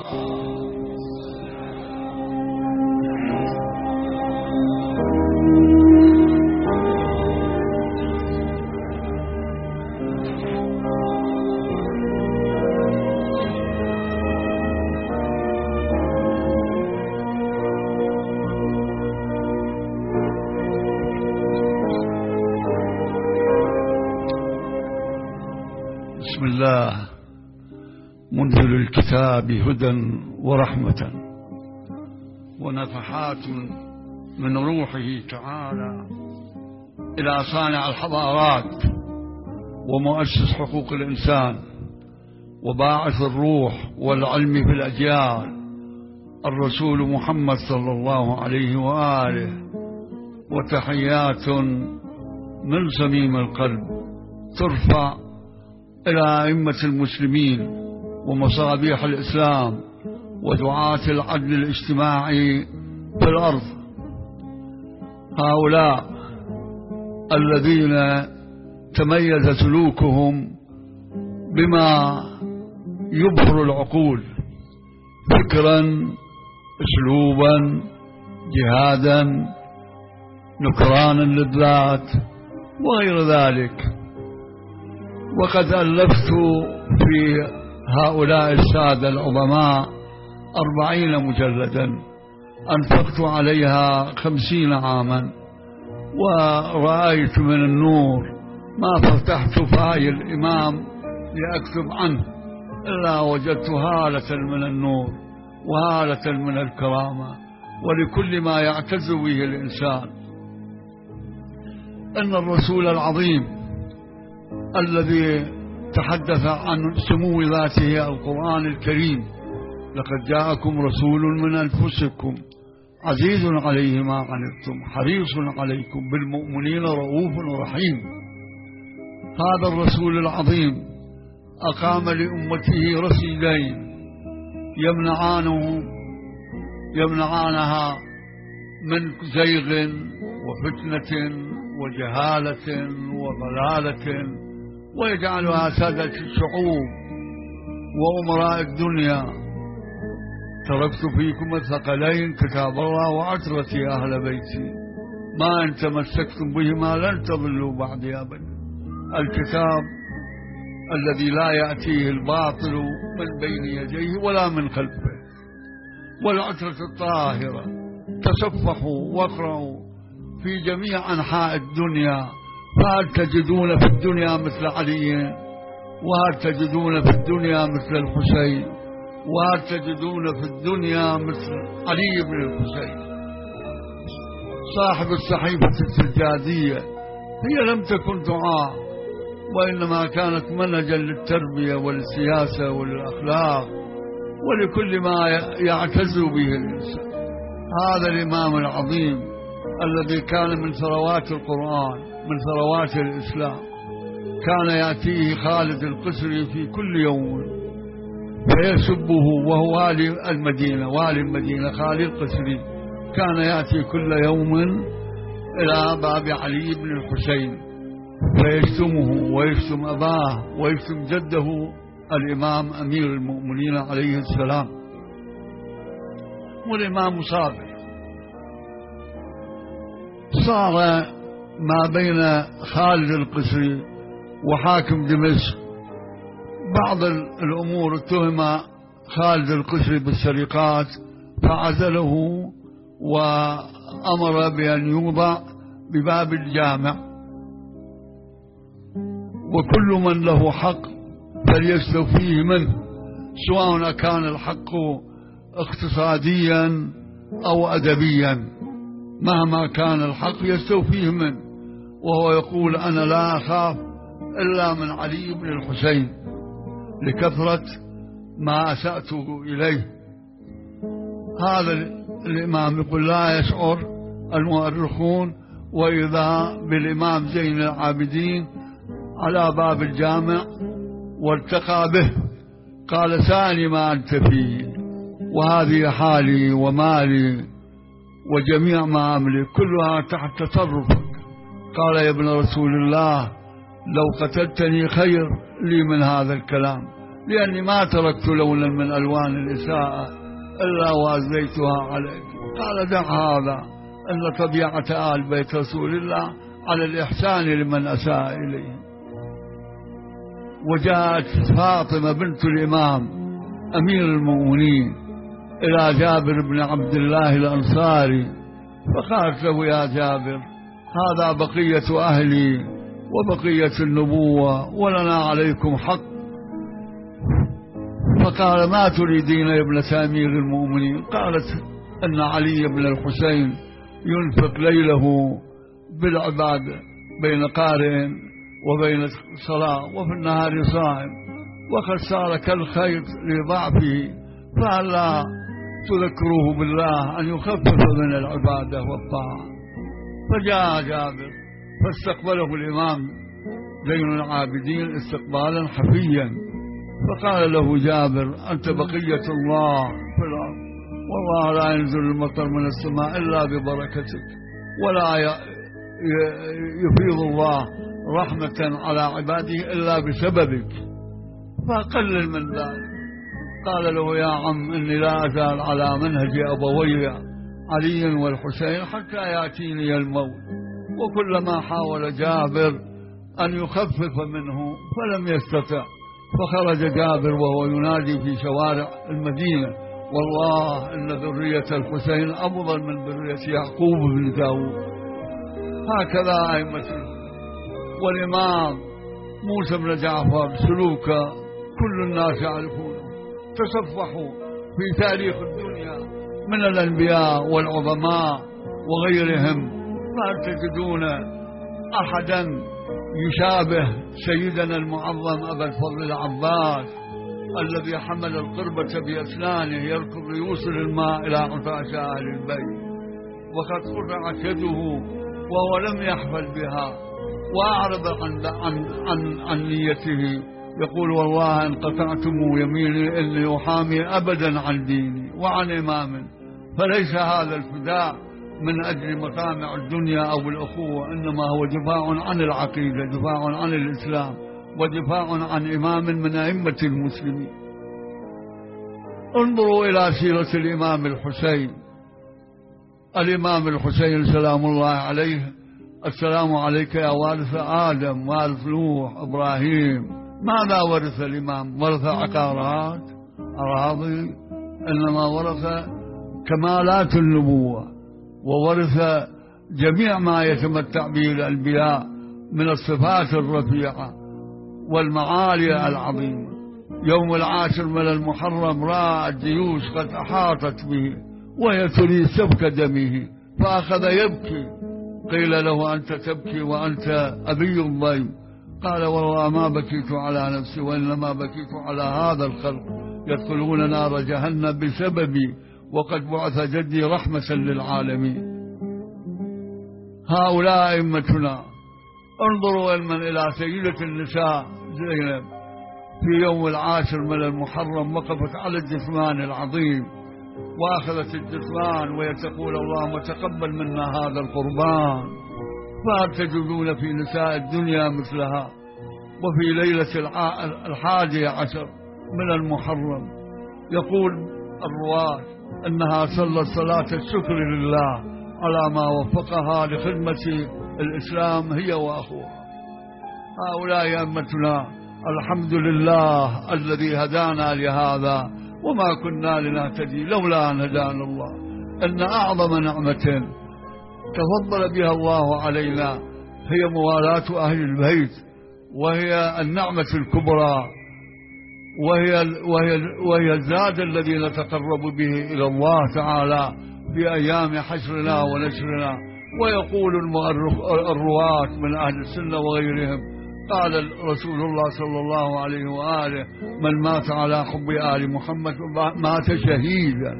بسم الله منزل الكتاب هدى ورحمة ونفحات من روحه تعالى إلى صانع الحضارات ومؤسس حقوق الإنسان وباعث الروح والعلم في الأجيال الرسول محمد صلى الله عليه وآله، وتحيات من صميم القلب ترفع إلى أئمة المسلمين ومصابيح الإسلام ودعاة العدل الاجتماعي في الأرض، هؤلاء الذين تميز سلوكهم بما يبهر العقول فكرا، أسلوبا، جهادا، نكرانا للذات وغير ذلك. وقد ألفت في هؤلاء السادة العظماء 40 مجلدا أنفقت عليها 50 عاما، ورأيت من النور ما فتحت فاي الإمام لأكتب عنه إلا وجدت هالة من النور وهالة من الكرامة ولكل ما يعتز به الإنسان. أن الرسول العظيم الذي تحدث عن سمو ذاته القرآن الكريم: لقد جاءكم رسول من أنفسكم عزيز عليه ما عنتم حريص عليكم بالمؤمنين رؤوف رحيم. هذا الرسول العظيم أقام لأمته رصيدين يمنعانها من زيغ وفتنة وجهالة وضلالة، ويجعلها سادة الشعوب وأمراء الدنيا. تركت فيكم الثقلين كتاب الله وعترتي أهل بيتي، ما إن تمسكتم بهما لن تضلوا بعدي أبدا. الكتاب الذي لا يأتيه الباطل من بين يديه ولا من خلفه، والعترة الطاهرة. تصفحوا واقرأوا في جميع أنحاء الدنيا، فهل تجدون في الدنيا مثل علي، وهل تجدون في الدنيا مثل الحسين، وهل تجدون في الدنيا مثل علي بن الحسين. صاحب الصحيفة السجادية هي لم تكن دعاء، وإنما كانت منهجا للتربية والسياسة والأخلاق ولكل ما يعتز به الإنسان. هذا الإمام العظيم الذي كان من ثروات القرآن، من ثروات الإسلام، كان يأتيه خالد القسري في كل يوم فيسبه، وهو والي المدينة خالد القسري كان يأتي كل يوم إلى باب علي بن الحسين فيشتمه ويشتم أباه ويشتم جده الإمام أمير المؤمنين عليه السلام. والإمام صابر. صار ما بين خالد القسري وحاكم دمشق بعض الأمور، اتهم خالد القسري بالسرقات فعزله وأمر بأن يوضع بباب الجامع، وكل من له حق فليستوفيه منه، سواء كان الحق اقتصاديا أو أدبيا، مهما كان الحق يستوفيه منه. وهو يقول: أنا لا أخاف إلا من علي بن الحسين لكثرة ما أسأته إليه. هذا الإمام يقول: لا يشعر المؤرخون وإذا بالإمام زين العابدين على باب الجامع والتقى به، قال: سألني ما أنت فيه، وهذه حالي ومالي وجميع ما أملك كلها تحت تصرفك. قال: يا ابن رسول الله، لو قتلتني خير لي من هذا الكلام، لأني ما تركت لونا من ألوان الإساءة إلا وأزليتها عليك. قال دع هذا، أن طبيعة آل بيت رسول الله على الإحسان لمن أساء إليه. وجاءت فاطمة بنت الإمام أمير المؤمنين إلى جابر بن عبد الله الأنصاري فقالت له: يا جابر، هذا بقية أهلي وبقية النبوة ولنا عليكم حق. فقال: ما تريدين يا ابنة أمير المؤمنين؟ قالت: أن علي بن الحسين ينفق ليله بالعبادة بين قارئ وبين صلاة وفي النهار صائم، وقد صار كالخيط لضعفه، فهلا تذكروه بالله أن يخفف من العبادة والطاعة. فجاء جابر فاستقبله الإمام زين العابدين استقبالا حفيا، فقال له جابر: أنت بقية الله في الأرض، والله لا ينزل المطر من السماء إلا ببركتك، ولا يفيض الله رحمة على عباده إلا بسببك، فقلل من ذلك. قال له: يا عم، إني لا أزال على منهج أبوي علي والحسين حتى يأتيني الموت. وكلما حاول جابر أن يخفف منه فلم يستطع، فخرج جابر وهو ينادي في شوارع المدينة: والله إن ذرية الحسين أفضل من ذرية يعقوب بن داود. هكذا أئمة. والإمام موسى بن جعفر سلوك كل الناس يعرفونه، تصفحوا في تاريخ الدنيا من الأنبياء والعظماء وغيرهم، ما تجدون أحدا يشابه سيدنا المعظم أبا الفضل العباس الذي حمل القربة بأسنانه يركض ليوصل الماء إلى عطاش أهل البيت، وقد قطعت يده وهو لم يحفل بها، وأعرض عن نيته، يقول: والله إن قطعتم يميني إني أحامي أبدا عن ديني وعن إمام. فليس هذا الفداء من أجل مطامع الدنيا أو الأخوة، إنما هو دفاع عن العقيدة، دفاع عن الإسلام، ودفاع عن إمام من أئمة المسلمين. انظروا إلى سيرة الإمام الحسين. الإمام الحسين سلام الله عليه: السلام عليك يا وارث آدم وارث نوح إبراهيم. ماذا ورث الإمام؟ ورث عقارات أراضي؟ إنما ورث كمالات النبوة، وورث جميع ما يتمتع به الأنبياء من الصفات الرفيعة والمعالي العظيمة. يوم 10 من المحرم رأى الجيوش قد أحاطت به وهي تريد سفك دمه، فأخذ يبكي. قيل له: أنت تبكي وأنت أبي الضيم؟ قال: والله ما بكيت على نفسي، وإنما بكيت على هذا الخلق يدخلون نار جهنم بسببي، وقد بعث جدي رحمة للعالمين. هؤلاء أئمتنا. انظروا علما إلى سيدة النساء زينب في يوم 10 من المحرم، وقفت على الجثمان العظيم وأخذت الجثمان وهي تقول: اللهم تقبل منا هذا القربان. فهل تجدون في نساء الدنيا مثلها؟ وفي ليلة 11 من المحرم يقول الرواة أنها صلت صلاة الشكر لله على ما وفقها لخدمة الإسلام هي وأخوها. هؤلاء أئمتنا. الحمد لله الذي هدانا لهذا، وما كنا لنهتدي لولا أن هدانا الله. إن أعظم نعمة تفضل بها الله علينا هي موالاة أهل البيت، وهي النعمة الكبرى، وهي الزاد الذي نتقرب به إلى الله تعالى في أيام حشرنا ونشرنا. ويقول الرواة من أهل السنة وغيرهم: قال رسول الله صلى الله عليه وآله: من مات على حب آل محمد مات شهيدا.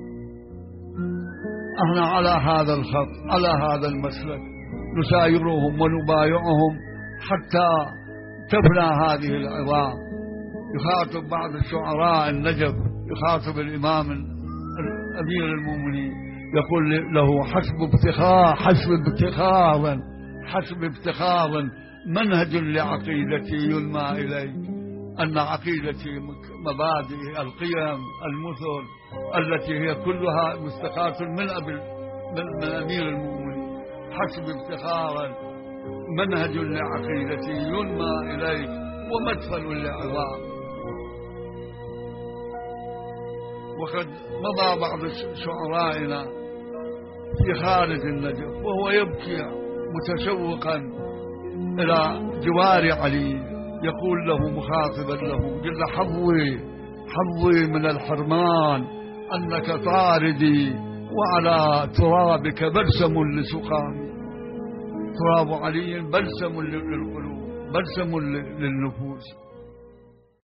احنا على هذا الخط، على هذا المسلك، نسايرهم ونبايعهم حتى تفنى هذه العظام. يخاطب بعض الشعراء النجف، يخاطب الإمام أمير المؤمنين، يقول له: حسب افتخارا منهج لعقيدتي ينمى إليك، أن عقيدتي مبادئ القيم المثل التي هي كلها مستقاة من أمير المؤمنين حسب افتخارا، منهج لعقيدتي ينمى إليه ومدخل لعظام. وقد مضى بعض شعرائنا في خارج النجف وهو يبكي متشوقا إلى جوار علي، يقول له مخاطبا له: جل حظي من الحرمان أنك طاردي، وعلى ترابك بلسم لسقامي. تراب علي بلسم للقلوب، بلسم للنفوس.